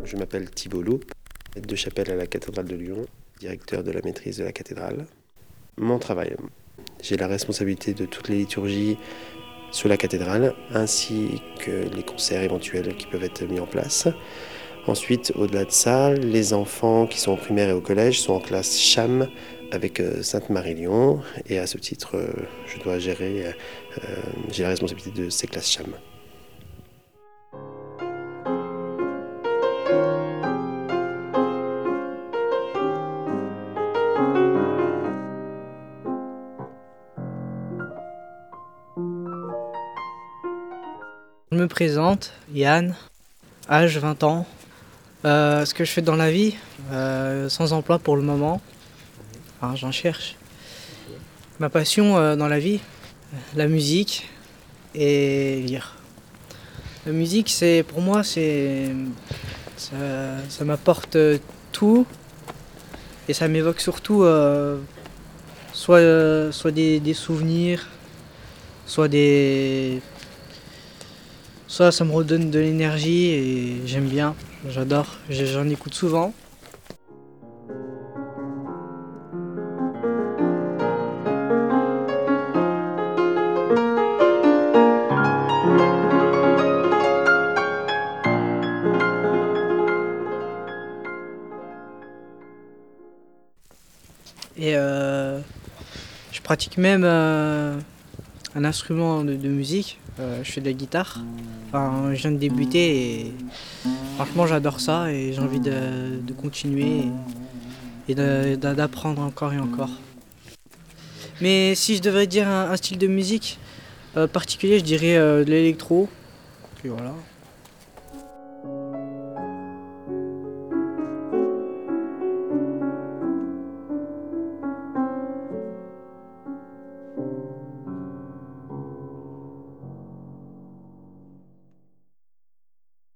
Je m'appelle Thibault Loup, aide de chapelle à la cathédrale de Lyon, directeur de la maîtrise de la cathédrale. Mon travail, j'ai la responsabilité de toutes les liturgies sur la cathédrale, ainsi que les concerts éventuels qui peuvent être mis en place. Ensuite, au-delà de ça, les enfants qui sont en primaire et au collège sont en classe CHAM avec Sainte-Marie-Lyon. Et à ce titre, je dois gérer, j'ai la responsabilité de ces classes CHAM. Je me présente, Yann, âge 20 ans. Ce que je fais dans la vie, sans emploi pour le moment. Enfin, j'en cherche. Ma passion dans la vie, la musique et lire. La musique, pour moi, ça m'apporte tout et ça m'évoque surtout soit des souvenirs, soit ça me redonne de l'énergie et j'aime bien, j'adore, j'en écoute souvent. Et je pratique même un instrument de musique, je fais de la guitare. Enfin, je viens de débuter et franchement j'adore ça et j'ai envie de continuer et d'apprendre encore et encore. Mais si je devrais dire un style de musique particulier, je dirais de l'électro. Et voilà.